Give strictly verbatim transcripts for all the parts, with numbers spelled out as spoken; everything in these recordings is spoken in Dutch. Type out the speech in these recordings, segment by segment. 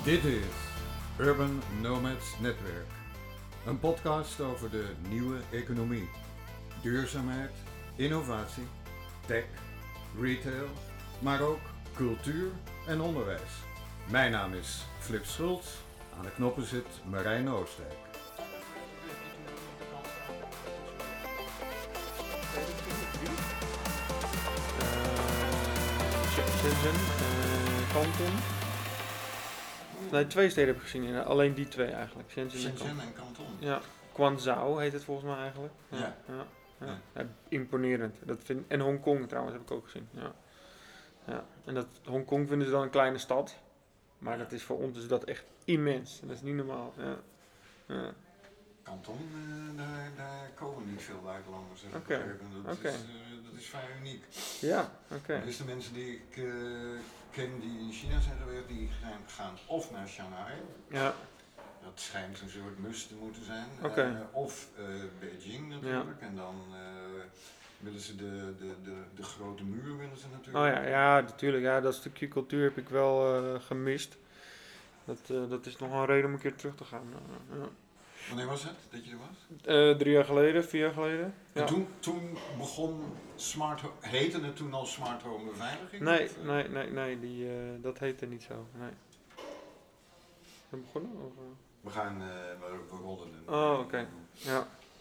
Dit is Urban Nomads Netwerk. Een podcast over de nieuwe economie. Duurzaamheid, innovatie, tech, retail, maar ook cultuur en onderwijs. Mijn naam is Flip Schultz. Aan de knoppen zit Marijn Oostdijk. Shenzhen, uh, Kanton. Nee, twee steden heb ik gezien. Ja, alleen die twee eigenlijk. Shenzhen, Shenzhen en en Kanton. Ja, Guangzhou heet het volgens mij eigenlijk. Ja, Ja. ja, ja. Ja. Ja, imponerend. Dat vind, en Hongkong trouwens heb ik ook gezien. Ja. Ja. En dat, Hongkong vinden ze dan een kleine stad. Maar dat is voor ons is dat echt immens. Dat is niet normaal. Ja. Ja. Kanton, uh, daar, daar komen niet veel buitenlanders. Heb ik Oké, begrepen. Dat, oké. is, uh, dat is vrij uniek. Ja, oké. Okay. De meeste mensen die ik uh, ken die in China zijn geweest, die zijn gaan of naar Shanghai. Ja. Dat schijnt een soort must te moeten zijn. Okay. Uh, of uh, Beijing natuurlijk. Ja. En dan uh, willen ze de, de, de, de grote muur willen ze natuurlijk. Oh ja, ja, natuurlijk. Ja, dat stukje cultuur heb ik wel uh, gemist. Dat, uh, dat is nog een reden om een keer terug te gaan. Uh, ja. Wanneer was het dat je er was? Uh, drie jaar geleden, vier jaar geleden. Ja. En toen, toen begon Smart Home, heette het toen al Smart Home Beveiliging? Nee, of, uh? nee, nee, nee, die, uh, dat heette niet zo. Nee. We begonnen? Of, uh? We gaan, uh, we, we rollen het. Oh, oké. Okay. Ja.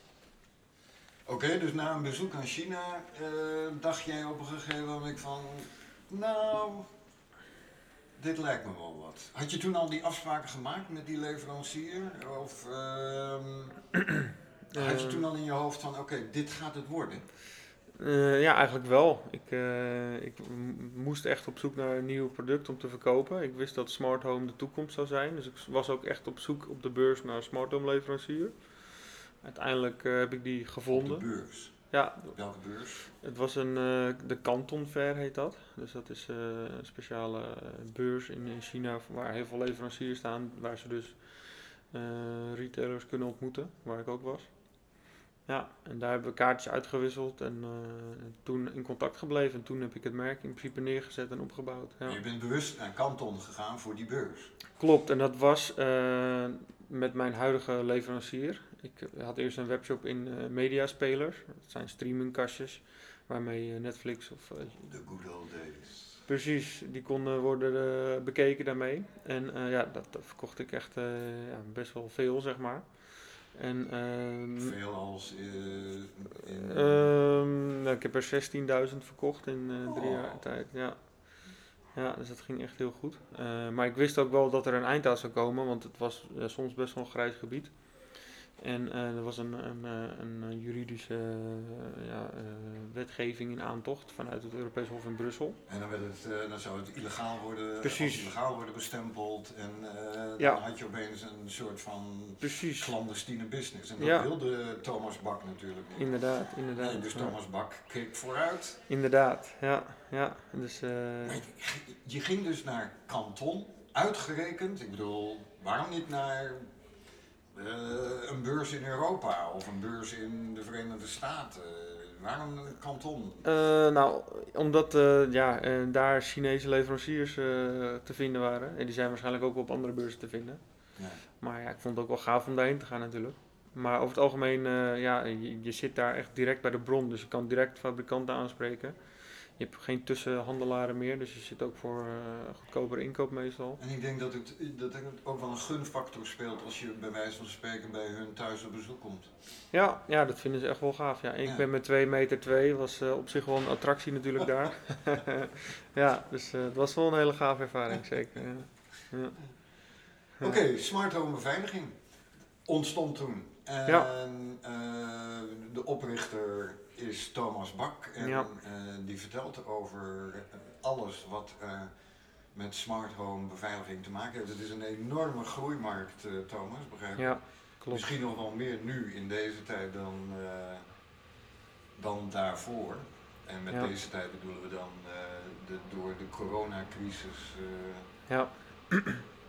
Oké, okay, dus na een bezoek aan China uh, dacht jij op een gegeven moment van, nou, dit lijkt me wel wat. Had je toen al die afspraken gemaakt met die leverancier? Of uh, had je toen al in je hoofd van, oké, okay, dit gaat het worden? Uh, ja, eigenlijk wel. Ik, uh, ik m- moest echt op zoek naar een nieuw product om te verkopen. Ik wist dat smart home de toekomst zou zijn. Dus ik was ook echt op zoek op de beurs naar een smart home leverancier. Uiteindelijk uh, heb ik die gevonden. Op de beurs? Ja. Welke beurs? Het was een, uh, de Canton Fair heet dat. Dus dat is uh, een speciale beurs in, in China waar heel veel leveranciers staan. Waar ze dus uh, retailers kunnen ontmoeten, waar ik ook was. Ja, en daar hebben we kaartjes uitgewisseld en uh, toen in contact gebleven. En toen heb ik het merk in principe neergezet en opgebouwd. Ja. Je bent bewust naar Canton gegaan voor die beurs? Klopt, en dat was uh, met mijn huidige leverancier. Ik had eerst een webshop in uh, Mediaspelers. Dat zijn streamingkastjes waarmee uh, Netflix of... Uh, The good old days. Precies, die konden worden uh, bekeken daarmee. En uh, ja, dat, dat verkocht ik echt uh, ja, best wel veel, zeg maar. En, uh, veel als... Uh, in... uh, nou, ik heb er zestienduizend verkocht in uh, drie oh. jaar tijd, ja. Ja, dus dat ging echt heel goed. Uh, maar ik wist ook wel dat er een eind aan zou komen, want het was uh, soms best wel een grijs gebied. En uh, er was een, een, een, een juridische uh, ja, uh, wetgeving in aantocht vanuit het Europees Hof in Brussel. En dan, werd het, uh, dan zou het illegaal worden, Precies. illegaal worden bestempeld en uh, ja. dan had je opeens een soort van Precies. clandestine business. En dat ja. wilde Thomas Bak natuurlijk niet. Inderdaad, inderdaad. Nee, dus Thomas ja. Bak keek vooruit. Inderdaad, ja. ja. Dus, uh... je, je ging dus naar Canton, uitgerekend, ik bedoel, waarom niet naar... Uh, een beurs in Europa of een beurs in de Verenigde Staten. Uh, waarom Canton? Uh, nou, omdat uh, ja, uh, daar Chinese leveranciers uh, te vinden waren. En die zijn waarschijnlijk ook op andere beurzen te vinden. Ja. Maar ja, ik vond het ook wel gaaf om daarheen te gaan natuurlijk. Maar over het algemeen, uh, ja, je, je zit daar echt direct bij de bron. Dus je kan direct fabrikanten aanspreken. Je hebt geen tussenhandelaren meer, dus je zit ook voor uh, goedkopere inkoop meestal. En ik denk dat het, dat het ook wel een gunfactor speelt als je bij wijze van spreken bij hun thuis op bezoek komt. Ja, ja, dat vinden ze echt wel gaaf. Ja. Ik ja. ben met twee meter twee, was uh, op zich wel een attractie natuurlijk daar. Ja, dus uh, het was wel een hele gave ervaring, zeker. Ja. Ja. Oké, okay, smart home beveiliging ontstond toen. En ja. uh, de oprichter is Thomas Bak en ja. uh, die vertelt over alles wat uh, met smart home beveiliging te maken heeft. Het is een enorme groeimarkt, uh, Thomas, begrijp ik? Ja, klopt. Misschien nog wel meer nu in deze tijd dan, uh, dan daarvoor. En met ja. deze tijd bedoelen we dan uh, de, door de coronacrisis uh, ja. uh,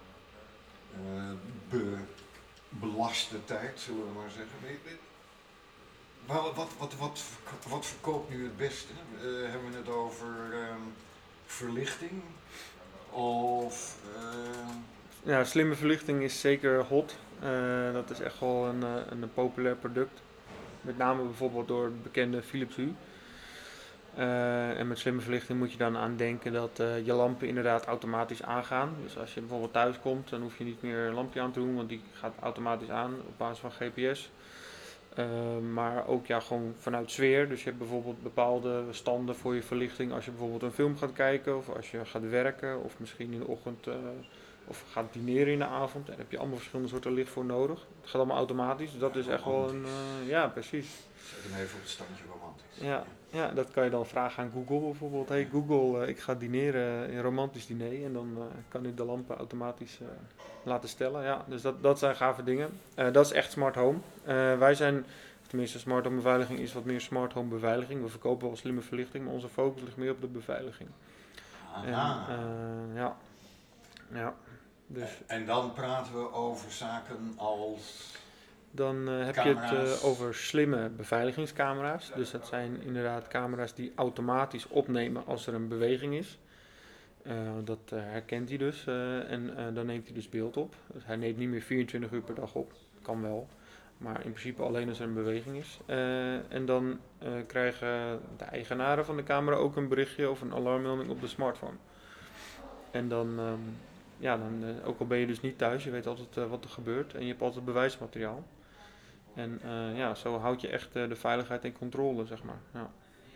be, belaste tijd, zullen we maar zeggen. Wat, wat, wat, wat, wat verkoopt nu het beste? Uh, hebben we het over uh, verlichting? Of... Uh, Ja, slimme verlichting is zeker hot. Uh, dat is echt wel een, een, een populair product. Met name bijvoorbeeld door het bekende Philips Hue. Uh, en met slimme verlichting moet je dan aan denken dat uh, je lampen inderdaad automatisch aangaan. Dus als je bijvoorbeeld thuis komt, dan hoef je niet meer een lampje aan te doen, want die gaat automatisch aan op basis van G P S. Uh, maar ook ja, gewoon vanuit sfeer. Dus je hebt bijvoorbeeld bepaalde standen voor je verlichting als je bijvoorbeeld een film gaat kijken of als je gaat werken of misschien in de ochtend uh, of gaat dineren in de avond. Daar heb je allemaal verschillende soorten licht voor nodig. Het gaat allemaal automatisch, dus dat is echt wel een... Uh, ja, precies. Zet hem even op het standje romantisch. Ja, ja, dat kan je dan vragen aan Google bijvoorbeeld. Hey Google, uh, ik ga dineren, een romantisch diner. En dan uh, kan hij de lampen automatisch uh, laten stellen. Ja, dus dat, dat zijn gave dingen. Uh, dat is echt smart home. Uh, wij zijn, tenminste smart home beveiliging is wat meer smart home beveiliging. We verkopen wel slimme verlichting, maar onze focus ligt meer op de beveiliging. En, uh, ja, ja. Dus. En dan praten we over zaken als... Dan uh, heb camera's. je het uh, over slimme beveiligingscamera's. Dus dat zijn inderdaad camera's die automatisch opnemen als er een beweging is. Uh, dat uh, herkent hij dus uh, en uh, dan neemt hij dus beeld op. Dus hij neemt niet meer vierentwintig uur per dag op. Kan wel, maar in principe alleen als er een beweging is. Uh, en dan uh, krijgen de eigenaren van de camera ook een berichtje of een alarmmelding op de smartphone. En dan... Um, Ja, dan, uh, ook al ben je dus niet thuis, je weet altijd uh, wat er gebeurt en je hebt altijd bewijsmateriaal. En uh, ja, zo houd je echt uh, de veiligheid in controle, zeg maar. Ja.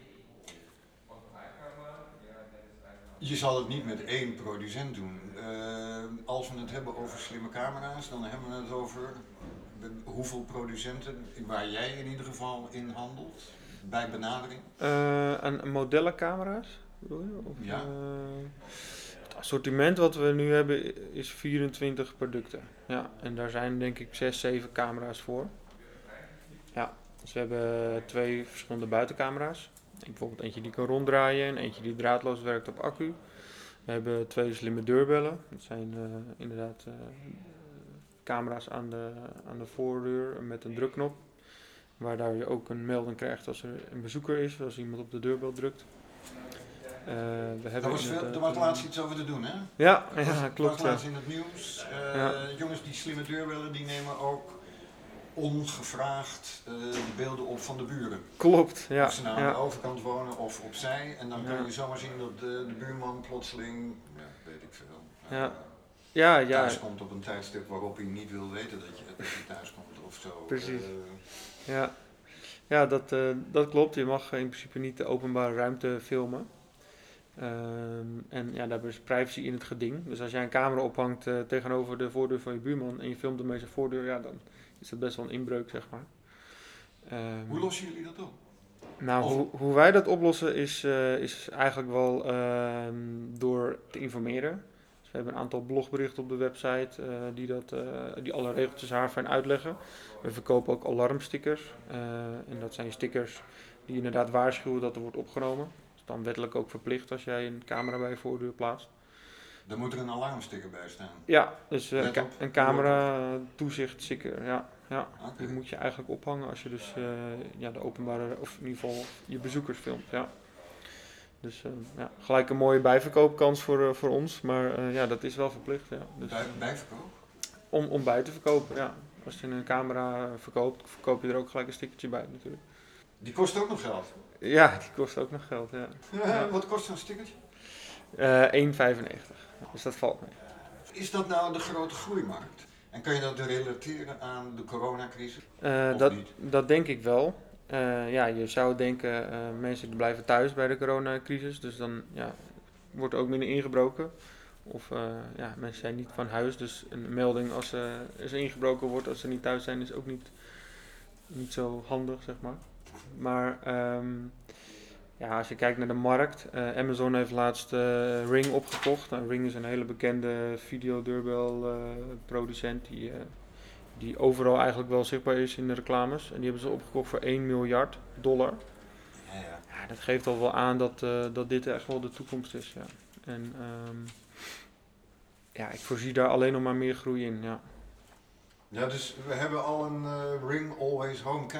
Je zal het niet met één producent doen. Uh, als we het hebben over slimme camera's, dan hebben we het over hoeveel producenten, waar jij in ieder geval in handelt, bij benadering? Uh, aan modellencamera's, bedoel je? Of, ja. Uh, Het assortiment wat we nu hebben is vierentwintig producten. Ja, en daar zijn denk ik zes, zeven camera's voor. Ja, dus we hebben twee verschillende buitencamera's. Bijvoorbeeld eentje die kan ronddraaien en eentje die draadloos werkt op accu. We hebben twee slimme deurbellen. Dat zijn uh, inderdaad uh, camera's aan de, aan de voordeur met een drukknop. Waardoor je ook een melding krijgt als er een bezoeker is, als iemand op de deurbel drukt. Uh, we Daar was, veel, er was laatst iets over te doen, hè? Ja, ja klopt. Dat was laatst in het nieuws. Uh, ja. Jongens die slimme deurbellen, die nemen ook ongevraagd uh, de beelden op van de buren. Klopt, ja. Of ze nou ja. aan de overkant wonen of opzij. En dan ja. kun je zomaar zien dat de, de buurman plotseling, ja, weet ik veel, uh, ja. Ja, ja. thuis komt op een tijdstip waarop hij niet wil weten dat je, dat je thuis komt of zo. Precies. Uh, ja, ja dat, uh, dat klopt. Je mag in principe niet de openbare ruimte filmen. Um, en ja, daar is privacy in het geding. Dus als jij een camera ophangt uh, tegenover de voordeur van je buurman en je filmt ermee zijn voordeur, ja, dan is dat best wel een inbreuk, zeg maar. Um, hoe lossen jullie dat op? Nou, hoe, hoe wij dat oplossen is, uh, is eigenlijk wel uh, door te informeren. Dus we hebben een aantal blogberichten op de website uh, die, dat, uh, die alle regeltjes haarfijn uitleggen. We verkopen ook alarmstickers. Uh, en dat zijn stickers die inderdaad waarschuwen dat er wordt opgenomen. Dan wettelijk ook verplicht als jij een camera bij je voordeur plaatst. Dan moet er een alarmsticker bij staan? Ja, dus uh, een, ca- een camera toezichtsticker, ja. ja. Okay. Die moet je eigenlijk ophangen als je dus uh, ja, de openbare, of in ieder geval je bezoekers filmt, ja. Dus uh, ja, gelijk een mooie bijverkoopkans voor, uh, voor ons, maar uh, ja, dat is wel verplicht, ja. Dus, bij, bijverkoop? Om, om bij te verkopen, ja. Als je een camera verkoopt, verkoop je er ook gelijk een stickertje bij natuurlijk. Die kost ook nog geld? Ja, die kost ook nog geld, ja. ja wat kost zo'n stickertje? Uh, één vijfennegentig, dus dat valt mee. Is dat nou de grote groeimarkt? En kan je dat relateren aan de coronacrisis? Uh, dat, dat denk ik wel. Uh, ja, je zou denken, uh, mensen blijven thuis bij de coronacrisis, dus dan ja, wordt er ook minder ingebroken. Of uh, ja, mensen zijn niet van huis, dus een melding als uh, er ingebroken wordt als ze niet thuis zijn is ook niet, niet zo handig, zeg maar. Maar um, ja, als je kijkt naar de markt, uh, Amazon heeft laatst uh, Ring opgekocht. Nou, Ring is een hele bekende videodeurbel uh, producent die, uh, die overal eigenlijk wel zichtbaar is in de reclames. En die hebben ze opgekocht voor één miljard dollar. Ja, ja. Ja, dat geeft al wel aan dat, uh, dat dit echt wel de toekomst is. Ja. En um, ja, ik voorzie daar alleen nog maar meer groei in. Ja. Ja, dus we hebben al een uh, Ring Always Home Cam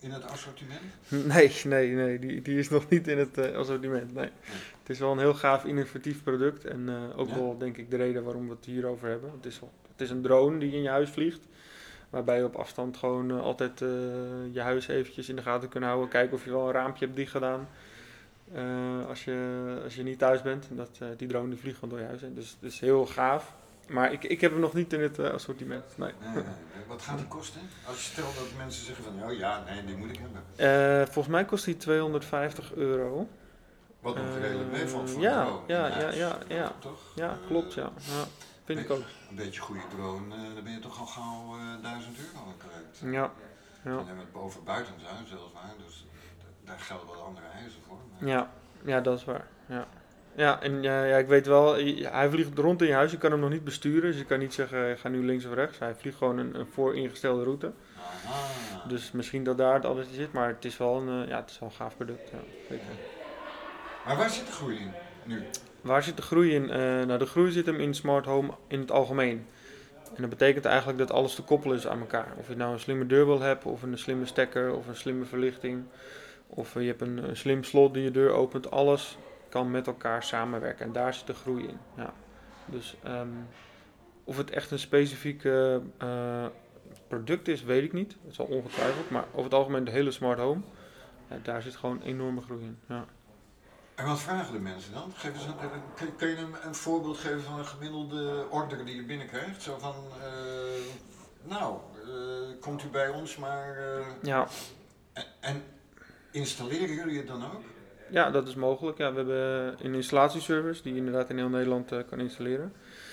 in het assortiment? Nee, nee, nee, die, die is nog niet in het uh, assortiment. Nee. nee. Het is wel een heel gaaf, innovatief product. En uh, ook ja. wel, denk ik, de reden waarom we het hierover hebben. Het is, wel, het is een drone die in je huis vliegt. Waarbij je op afstand gewoon uh, altijd uh, je huis eventjes in de gaten kunt houden. Kijken of je wel een raampje hebt dicht gedaan. Uh, als, je, als je niet thuis bent. Dat, uh, die drone die vliegt gewoon door je huis heen. Dus het is heel gaaf. Maar ik, ik heb hem nog niet in het uh, assortiment. Nee. Nee, nee, nee. Wat gaat die kosten? Als je stelt dat mensen zeggen van, oh ja, nee, die moet ik hebben. Uh, volgens mij kost die tweehonderdvijftig euro. Wat nog uh, redelijk meevalt voor ja, een drone. Ja, ja, ja, ja. Toch? Ja, uh, klopt, ja. ja. Vind ik ook. Een beetje goede drone, uh, dan ben je toch al gauw uh, duizend euro kwijt. Ja. ja. Dan hebben we het boven buitenshuis zelfs maar, dus daar gelden wat andere eisen voor. Maar... Ja. ja, dat is waar. Ja. Ja, en uh, ja, ik weet wel, hij vliegt rond in je huis, je kan hem nog niet besturen, dus je kan niet zeggen, ga nu links of rechts. Hij vliegt gewoon een, een vooringestelde route. Aha. Dus misschien dat daar het alles in zit, maar het is wel een, uh, ja, het is wel een gaaf product. Ja, zeker. Maar waar zit de groei in nu? Waar zit de groei in? Uh, nou, de groei zit hem in smart home in het algemeen. En dat betekent eigenlijk dat alles te koppelen is aan elkaar. Of je nou een slimme deurbel hebt, of een slimme stekker, of een slimme verlichting. Of uh, je hebt een, een slim slot die je deur opent, alles kan met elkaar samenwerken en daar zit de groei in. Ja. Dus um, of het echt een specifiek uh, uh, product is, weet ik niet. Dat is al ongetwijfeld, maar over het algemeen de hele smart home, ja, daar zit gewoon enorme groei in. Ja. En wat vragen de mensen dan? Geef eens een, kun, kun je een, een voorbeeld geven van een gemiddelde order die je binnenkrijgt? Zo van, uh, nou, uh, komt u bij ons maar... Uh, ja. En, en installeren jullie het dan ook? Ja, dat is mogelijk. Ja, we hebben een installatieservice die je inderdaad in heel Nederland uh, kan installeren.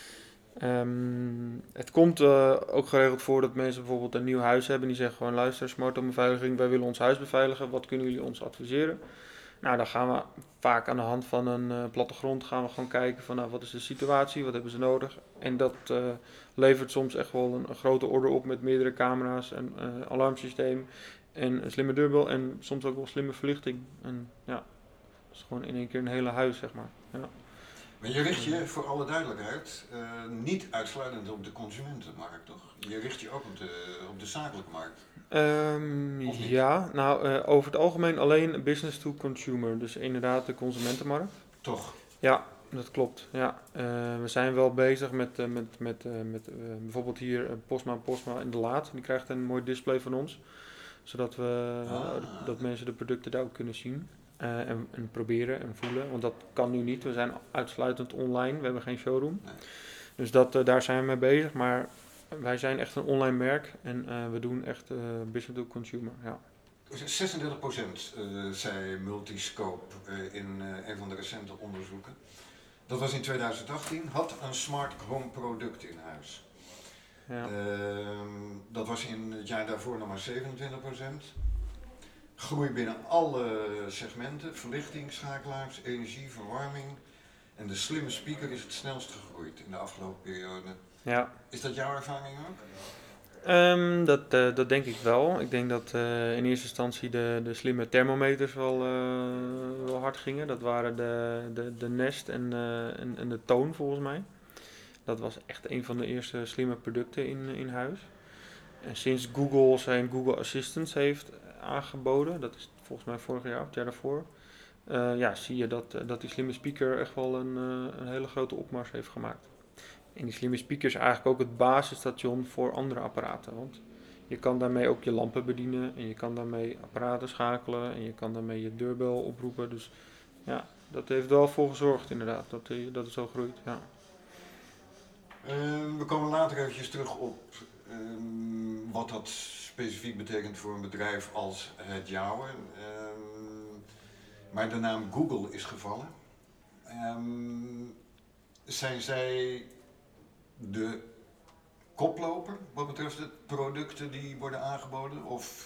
Um, het komt uh, ook geregeld voor dat mensen bijvoorbeeld een nieuw huis hebben. Die zeggen gewoon, luister, smart home beveiliging, wij willen ons huis beveiligen. Wat kunnen jullie ons adviseren? Nou, dan gaan we vaak aan de hand van een uh, plattegrond gaan we gewoon kijken van, nou, wat is de situatie, wat hebben ze nodig? En dat uh, levert soms echt wel een, een grote order op met meerdere camera's en uh, alarmsysteem en een slimme deurbel en soms ook wel slimme verlichting. En ja, dat is gewoon in één keer een hele huis, zeg maar. Ja. Maar je richt je, voor alle duidelijkheid, uh, niet uitsluitend op de consumentenmarkt, toch? Je richt je ook op de, op de zakelijke markt. Um, ja, nou uh, over het algemeen alleen business to consumer, dus inderdaad de consumentenmarkt. Toch? Ja, dat klopt. Ja. Uh, we zijn wel bezig met, uh, met, met, uh, met uh, bijvoorbeeld hier uh, Postma Postma in de Laat. Die krijgt een mooi display van ons, zodat we, uh, ah. dat mensen de producten daar ook kunnen zien. Uh, en, en proberen en voelen, want dat kan nu niet. We zijn uitsluitend online, we hebben geen showroom. Nee. Dus dat, uh, daar zijn we mee bezig, maar wij zijn echt een online merk en uh, we doen echt uh, business to consumer. Ja. zesendertig procent uh, zei Multiscope uh, in uh, een van de recente onderzoeken. Dat was in tweeduizend achttien, had een smart home product in huis. Ja. Uh, dat was in het jaar daarvoor nog maar zevenentwintig procent. Groei binnen alle segmenten, verlichting, schakelaars, energie, verwarming. En de slimme speaker is het snelst gegroeid in de afgelopen periode. Ja. Is dat jouw ervaring ook? Um, dat, uh, dat denk ik wel. Ik denk dat uh, in eerste instantie de, de slimme thermometers wel, uh, wel hard gingen. Dat waren de, de, de Nest en, uh, en, en de Toon volgens mij. Dat was echt een van de eerste slimme producten in, in huis. En sinds Google zijn Google Assistant heeft aangeboden, dat is volgens mij vorig jaar of het jaar daarvoor, uh, ja, zie je dat, uh, dat die slimme speaker echt wel een, uh, een hele grote opmars heeft gemaakt. En die slimme speaker is eigenlijk ook het basisstation voor andere apparaten, want je kan daarmee ook je lampen bedienen en je kan daarmee apparaten schakelen en je kan daarmee je deurbel oproepen. Dus ja, dat heeft wel voor gezorgd inderdaad, dat, uh, dat het zo groeit. Ja. Uh, we komen later eventjes terug op uh, wat dat specifiek betekent voor een bedrijf als het jouwe. Um, maar de naam Google is gevallen. Um, zijn zij de koploper wat betreft de producten die worden aangeboden? Of?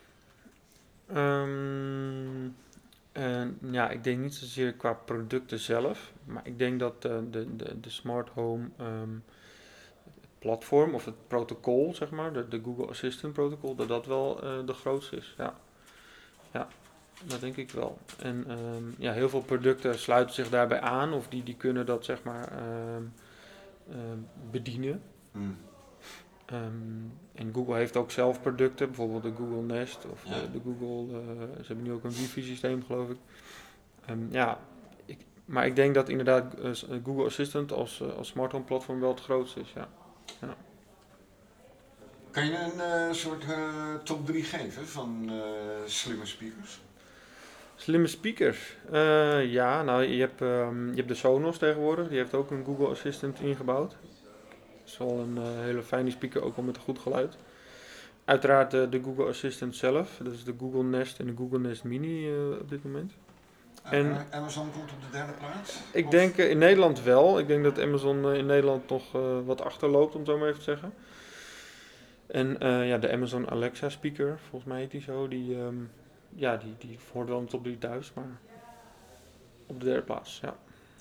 Um, uh, ja, ik denk niet zozeer qua producten zelf, maar ik denk dat uh, de, de, de smart home um, platform of het protocol, zeg maar, de, de Google Assistant protocol, dat dat wel uh, de grootste is. Ja. ja, dat denk ik wel. En um, ja, heel veel producten sluiten zich daarbij aan of die, die kunnen dat, zeg maar, um, uh, bedienen. Hmm. Um, en Google heeft ook zelf producten, bijvoorbeeld de Google Nest of Ja. de, de Google, uh, ze hebben nu ook een wifi systeem geloof ik. Um, ja, ik, maar ik denk dat inderdaad uh, Google Assistant als, uh, als smart home platform wel het grootste is, ja. ja. Kan je een uh, soort uh, top drie geven van uh, slimme speakers? Slimme speakers? Uh, ja, nou je hebt, um, je hebt de Sonos tegenwoordig, die heeft ook een Google Assistant ingebouwd. Dat is wel een uh, hele fijne speaker, ook al met een goed geluid. Uiteraard uh, de Google Assistant zelf, dat is de Google Nest en de Google Nest Mini uh, op dit moment. Uh, en Amazon komt op de derde plaats? Ik of? denk uh, in Nederland wel. Ik denk dat Amazon uh, in Nederland nog uh, wat achterloopt, om het zo maar even te zeggen. En uh, ja, de Amazon Alexa speaker, volgens mij heet die zo, die, um, ja, die, die hoort wel in de top drie thuis, maar op de derde plaats, ja.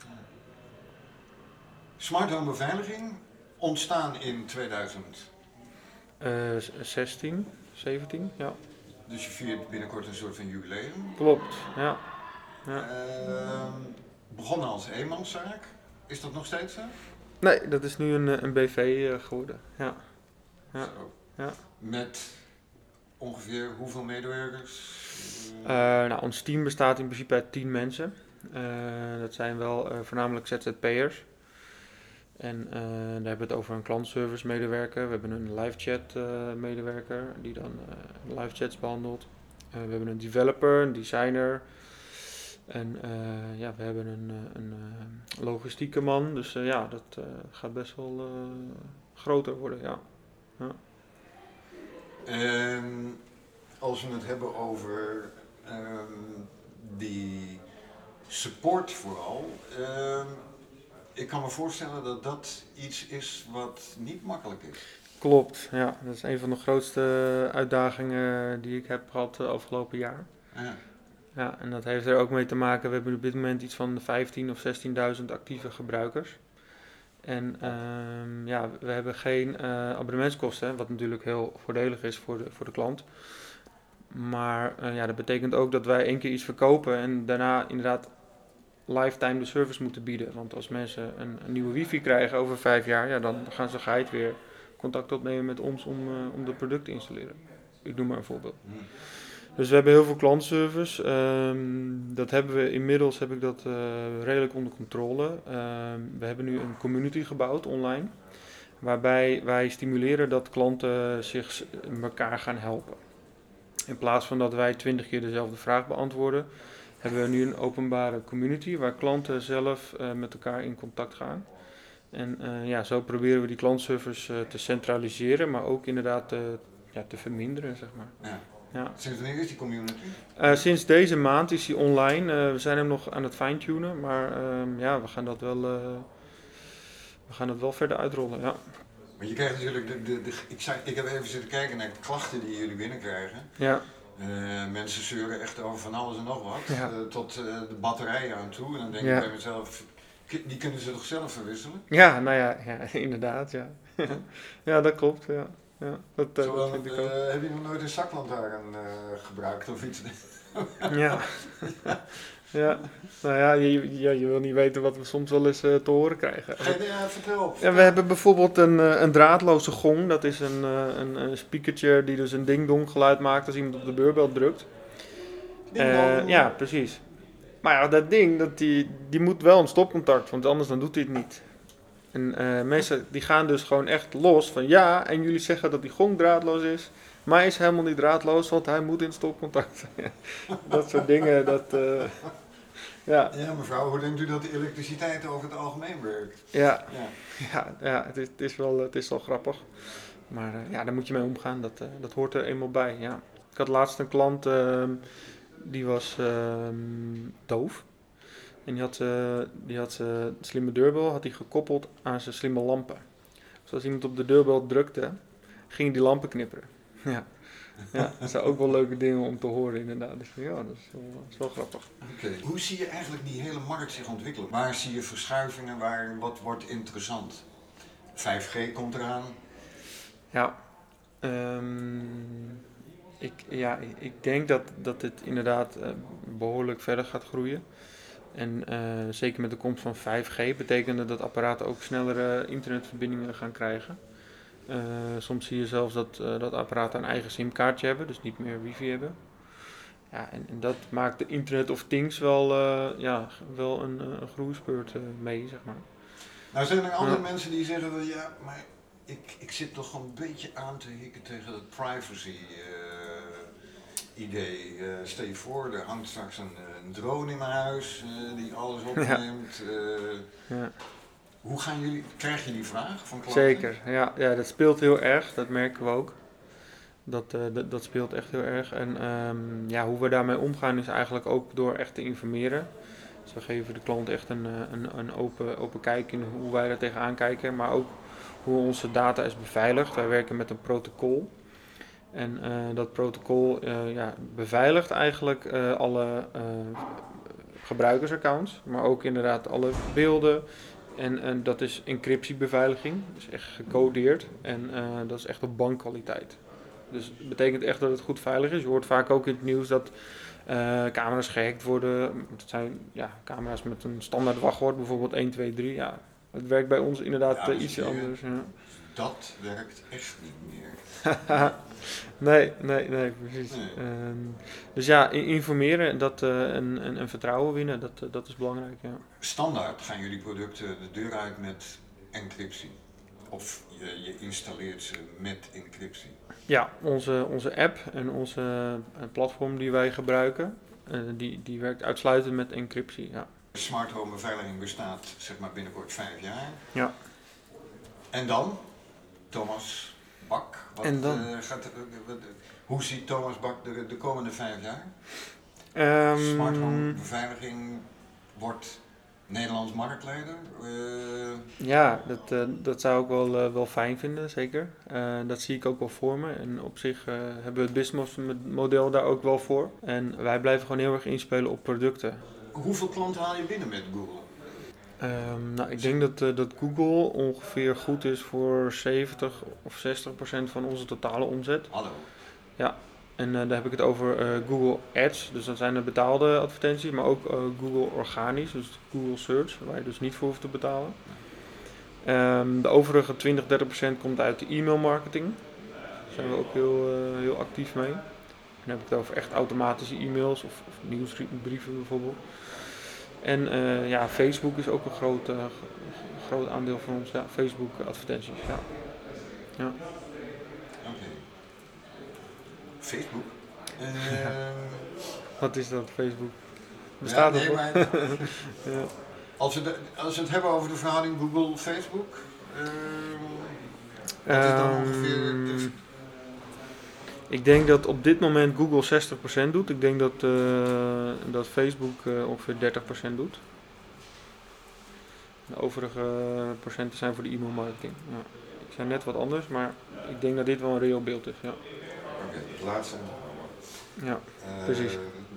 Smart home beveiliging, ontstaan in tweeduizend zestien, zeventien, ja. Dus je viert binnenkort een soort van jubileum. Klopt, ja. ja. Uh, begonnen als eenmanszaak, is dat nog steeds zo? Nee, dat is nu een, een B V uh, geworden, ja. ja. ja. Met ongeveer hoeveel medewerkers? Uh, nou, ons team bestaat in principe uit tien mensen. Uh, dat zijn wel uh, voornamelijk Z Z P'ers. En uh, daar hebben we het over een klantservice medewerker. We hebben een live chat uh, medewerker die dan uh, live chats behandelt. Uh, we hebben een developer, een designer. En uh, ja, we hebben een, een, een logistieke man. Dus uh, ja, dat uh, gaat best wel uh, groter worden, ja. ja. Um, als we het hebben over um, die support vooral. Um, ik kan me voorstellen dat dat iets is wat niet makkelijk is. Klopt, ja. Dat is een van de grootste uitdagingen die ik heb gehad de afgelopen jaar. Ja. Ja, en dat heeft er ook mee te maken, we hebben op dit moment iets van vijftien of zestienduizend actieve gebruikers. En um, ja, we hebben geen uh, abonnementskosten, wat natuurlijk heel voordelig is voor de, voor de klant. Maar uh, ja, dat betekent ook dat wij één keer iets verkopen en daarna inderdaad lifetime de service moeten bieden. Want als mensen een, een nieuwe wifi krijgen over vijf jaar, ja, dan gaan ze geheid weer contact opnemen met ons om, uh, om de product te installeren. Ik noem maar een voorbeeld. Hmm. Dus we hebben heel veel klantservice. Um, dat hebben we inmiddels, heb ik dat uh, redelijk onder controle. Um, we hebben nu een community gebouwd online, waarbij wij stimuleren dat klanten zich elkaar gaan helpen. In plaats van dat wij twintig keer dezelfde vraag beantwoorden, hebben we nu een openbare community waar klanten zelf uh, met elkaar in contact gaan. En uh, ja, zo proberen we die klantservice uh, te centraliseren, maar ook inderdaad uh, ja, te verminderen, zeg maar. Ja. Ja. Sinds wanneer is die community? Uh, sinds deze maand is hij online. Uh, we zijn hem nog aan het fine-tunen, maar uh, ja, we gaan dat wel, uh, we gaan dat wel verder uitrollen. Ja. Maar je krijgt natuurlijk, de, de, de, ik, zei, ik heb even zitten kijken naar de klachten die jullie binnenkrijgen. Ja. Uh, mensen zeuren echt over van alles en nog wat, Ja. uh, tot uh, de batterijen aan toe. En dan denk Ja. ik bij mezelf, die kunnen ze toch zelf verwisselen? Ja, nou ja, ja inderdaad, ja. Ja, dat klopt, ja. Ja, dat, uh, Zo, dat vind uh, ik ook. heb je nog nooit een zaklantaarn uh, gebruikt of iets? Ja. Ja, nou ja je, ja, je wil niet weten wat we soms wel eens uh, te horen krijgen. Ga je, uh, vertel op. Ja, we hebben bijvoorbeeld een, uh, een draadloze gong. Dat is een, uh, een, een speakertje die dus een ding-dong geluid maakt als iemand op de deurbel drukt. Uh, ja, precies. Maar ja, dat ding, dat die, die moet wel een stopcontact, want anders dan doet hij het niet. En uh, mensen die gaan dus gewoon echt los van ja, en jullie zeggen dat die gong draadloos is, maar hij is helemaal niet draadloos, want hij moet in stopcontact. Dat soort dingen, dat... Uh, ja. Ja, mevrouw, hoe denkt u dat de elektriciteit over het algemeen werkt? Ja, ja. ja, ja het, is, het, is wel, het is wel grappig. Maar uh, ja, daar moet je mee omgaan, dat, uh, dat hoort er eenmaal bij, ja. Ik had laatst een klant, uh, die was uh, doof. En die had, uh, die had uh, de slimme deurbel had hij gekoppeld aan zijn slimme lampen. Dus als iemand op de deurbel drukte, gingen die lampen knipperen. Ja, ja dat zijn ook wel leuke dingen om te horen inderdaad. Dus ja, dat is wel, dat is wel grappig. Okay. Hoe zie je eigenlijk die hele markt zich ontwikkelen? Waar zie je verschuivingen? Waar, wat wordt interessant? vijf G komt eraan. Ja, um, ik, ja ik denk dat, dat dit inderdaad uh, behoorlijk verder gaat groeien. En uh, zeker met de komst van vijf G betekende dat apparaten ook snellere internetverbindingen gaan krijgen. Uh, soms zie je zelfs dat, uh, dat apparaten een eigen simkaartje hebben, dus niet meer wifi hebben. Ja, en, en dat maakt de Internet of Things wel, uh, ja, wel een, een groeispurt uh, mee, zeg maar. Nou zijn er andere ja. mensen die zeggen van ja, maar ik, ik zit toch een beetje aan te hikken tegen het privacy uh, idee. Uh, stel je voor, er hangt straks een, een drone in mijn huis uh, die alles opneemt. Ja. Uh, ja. Hoe gaan jullie, krijg je die vraag van klanten? Zeker, ja, ja, dat speelt heel erg, dat merken we ook. Dat, uh, dat, dat speelt echt heel erg. En um, ja, hoe we daarmee omgaan is eigenlijk ook door echt te informeren. Dus we geven de klant echt een, een, een open, open kijk in hoe wij daar tegenaan kijken. Maar ook hoe onze data is beveiligd. Wij werken met een protocol. En uh, dat protocol uh, ja, beveiligt eigenlijk uh, alle uh, gebruikersaccounts. Maar ook inderdaad alle beelden. En, en dat is encryptiebeveiliging. Dus echt gecodeerd. En uh, dat is echt op bankkwaliteit. Dus het betekent echt dat het goed veilig is. Je hoort vaak ook in het nieuws dat uh, camera's gehackt worden. Het zijn ja, camera's met een standaard wachtwoord, bijvoorbeeld een, twee, drie. Ja, het werkt bij ons inderdaad ja, uh, ietsje anders. Ja. Dat werkt echt niet meer. nee, nee, nee, precies. Nee. Uh, dus ja, informeren dat, uh, en, en, en vertrouwen winnen, dat, uh, dat is belangrijk. Ja. Standaard gaan jullie producten de deur uit met encryptie? Of je, je installeert ze met encryptie? Ja, onze, onze app en onze uh, platform die wij gebruiken, uh, die, die werkt uitsluitend met encryptie. Ja. Smart home beveiliging bestaat zeg maar binnenkort vijf jaar. Ja. En dan? Thomas Bak? Wat, en dan? Uh, gaat, uh, wat, uh, hoe ziet Thomas Bak de, de komende vijf jaar? Um, Smart home beveiliging wordt Nederlands marktleider? Uh, ja, dat, uh, dat zou ik wel, uh, wel fijn vinden, zeker. Uh, dat zie ik ook wel voor me. En op zich uh, hebben we het businessmodel daar ook wel voor. En wij blijven gewoon heel erg inspelen op producten. Hoeveel klanten haal je binnen met Google? Um, nou, ik denk dat, uh, dat Google ongeveer goed is voor zeventig of zestig procent van onze totale omzet. Hallo. Ja. En uh, daar heb ik het over uh, Google Ads, dus dat zijn de betaalde advertenties, maar ook uh, Google organisch, dus Google Search, waar je dus niet voor hoeft te betalen. Um, de overige twintig, dertig procent komt uit de e-mail marketing. Daar zijn we ook heel, uh, heel actief mee. Dan heb ik het over echt automatische e-mails of, of nieuwsbrieven bijvoorbeeld. En uh, ja, Facebook is ook een groot, uh, groot aandeel van ons, ja, Facebook advertenties. Ja. Ja. Facebook? Uh, Wat is dat, Facebook? Bestaat ja, nee, dat maar, ja. als, we de, als we het hebben over de verhouding Google-Facebook, uh, wat is dan um, ongeveer de... Ik denk dat op dit moment Google zestig procent doet. Ik denk dat, uh, dat Facebook uh, ongeveer dertig procent doet. De overige procenten zijn voor de e-mailmarketing. Ja. Ik zei net wat anders, maar ik denk dat dit wel een reëel beeld is. Ja. Oké, okay, het laatste. Ja, uh, precies.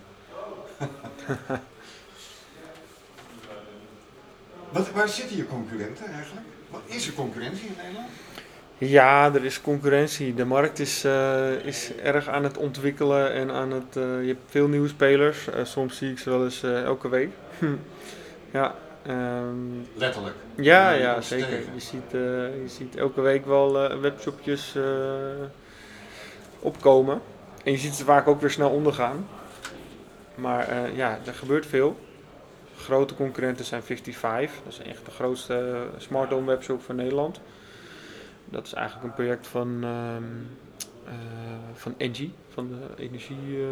Wat, waar zitten je concurrenten eigenlijk? Wat is er concurrentie in Nederland? Ja, er is concurrentie. De markt is, uh, is erg aan het ontwikkelen en aan het. Uh, je hebt veel nieuwe spelers. Uh, soms zie ik ze wel eens uh, elke week. ja. Um, Letterlijk. Ja, ja, zeker. Je ziet, uh, je ziet elke week wel uh, webshopjes uh, opkomen. En je ziet ze vaak ook weer snel ondergaan. Maar uh, ja, er gebeurt veel. Grote concurrenten zijn vijfenvijftig. Dat is echt de grootste smart home webshop van Nederland. Dat is eigenlijk een project van, um, uh, van Engie, van de energie. Uh,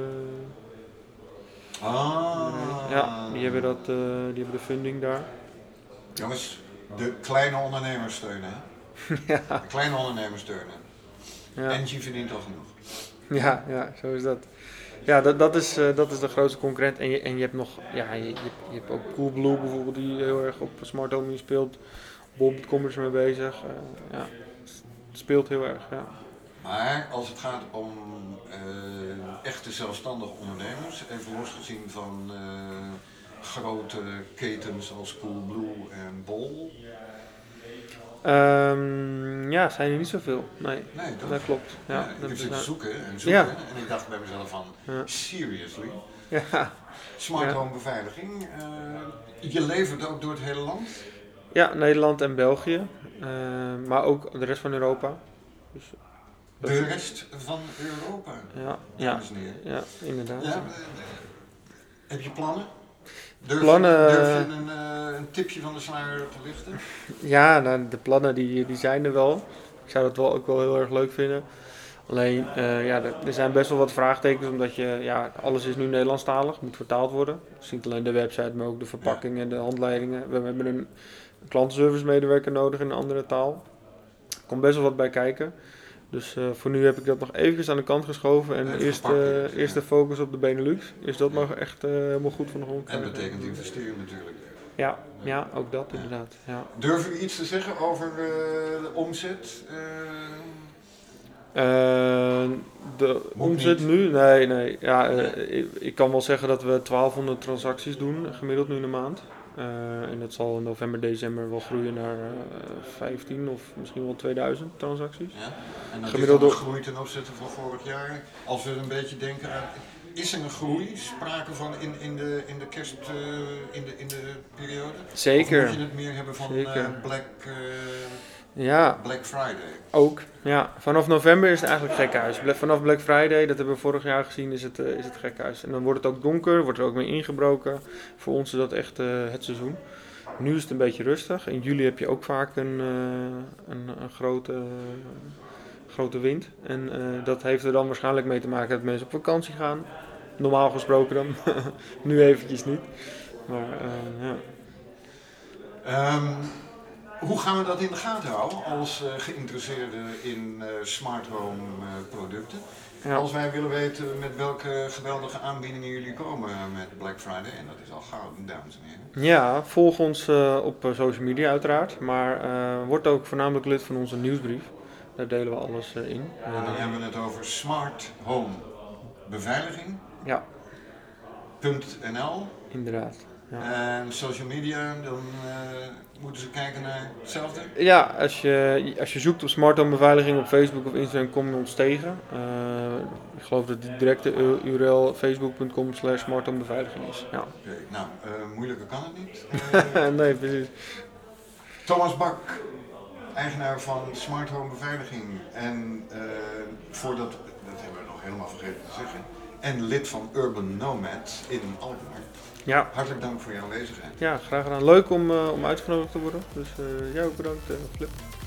ah. Ja, die hebben, dat, uh, die hebben de funding daar. Jongens, de kleine ondernemers steunen. Hè? ja. De kleine ondernemers steunen. Ja. Engie verdient al genoeg. Ja, ja, zo is dat. Ja, dat, dat, is, uh, dat is de grootste concurrent. En je, en je hebt nog, ja, je, je, je hebt ook Coolblue bijvoorbeeld, die heel erg op smart home speelt. Bol.com is er mee bezig. Uh, ja, het speelt heel erg, ja. Maar als het gaat om uh, echte zelfstandige ondernemers, even losgezien van uh, grote ketens als Coolblue en Bol. Um, ja, zijn er niet zoveel. Nee, nee toch? Dat klopt. Ja, ja, ik heb zitten nou... zoeken en zoeken ja. En ik dacht bij mezelf van, ja. seriously? Ja. Smart home beveiliging, uh, je levert ook door het hele land? Ja, Nederland en België, uh, maar ook de rest van Europa. Dus, de rest van Europa, ja, dames ja, en heren. ja, inderdaad. Ja, heb je plannen? Durf, plannen, je, durf je een, uh, een tipje van de sluier te lichten? Ja, nou, de plannen die, die zijn er wel. Ik zou dat wel ook wel heel erg leuk vinden. Alleen, uh, ja, er, er zijn best wel wat vraagtekens, omdat je, ja, alles is nu Nederlandstalig, moet vertaald worden. Dus niet alleen de website, maar ook de verpakking en de handleidingen. We hebben een klantenservice medewerker nodig in een andere taal. Er komt best wel wat bij kijken. Dus uh, voor nu heb ik dat nog eventjes aan de kant geschoven en eerst, uh, eerst de focus op de Benelux. Is dat nog echt uh, helemaal goed van de grond? En dat betekent investeren natuurlijk. Ja, ja, ook dat inderdaad. Ja. Durf u iets te zeggen over uh, de omzet? Uh, Uh, de Moet omzet niet. nu? Nee, nee. Ja, uh, ik, ik kan wel zeggen dat we twaalfhonderd transacties doen, gemiddeld nu in de maand. Uh, en dat zal in november, december wel groeien naar uh, vijftien of misschien wel tweeduizend transacties. Ja? En dat Gemiddeld is dan een groei ten opzichte van vorig jaar. Als we een beetje denken aan, is er een groei, sprake van in, in, de, in de kerst, uh, in, de, in de periode? Zeker. Of moet je het meer hebben van uh, Black... Uh, Ja, Black Friday. Ook, ja. Vanaf november is het eigenlijk gekhuis. Vanaf Black Friday, dat hebben we vorig jaar gezien, is het, uh, is het gekhuis. En dan wordt het ook donker, wordt er ook mee ingebroken. Voor ons is dat echt uh, het seizoen. Nu is het een beetje rustig. In juli heb je ook vaak een, uh, een, een grote, uh, grote wind. En uh, dat heeft er dan waarschijnlijk mee te maken dat mensen op vakantie gaan. Normaal gesproken dan. Nu eventjes niet. Maar uh, ja. Um, Hoe gaan we dat in de gaten houden als uh, geïnteresseerden in uh, smart home uh, producten? Ja. Als wij willen weten met welke geweldige aanbiedingen jullie komen met Black Friday, en dat is al gauw, dames en heren. Ja, volg ons uh, op uh, social media uiteraard, maar uh, word ook voornamelijk lid van onze nieuwsbrief. Daar delen we alles uh, in. En dan uh, hebben we het over smart home beveiliging. Ja. .nl. Inderdaad. Ja. En social media, dan uh, moeten ze kijken naar hetzelfde? Ja, als je, als je zoekt op smart home beveiliging op Facebook of Instagram kom je ons tegen. Uh, ik geloof dat de directe U R L facebook punt com slash smart home beveiliging is. Ja. Okay, nou, uh, moeilijker kan het niet. Uh, nee, precies. Thomas Bak, eigenaar van Smart Home Beveiliging en uh, voordat, dat hebben we nog helemaal vergeten te zeggen, en lid van Urban Nomad in Alkmaar. Ja. Hartelijk dank voor je aanwezigheid. Ja, graag gedaan. Leuk om, uh, om uitgenodigd te worden. Dus uh, jij ook bedankt, uh, Flip.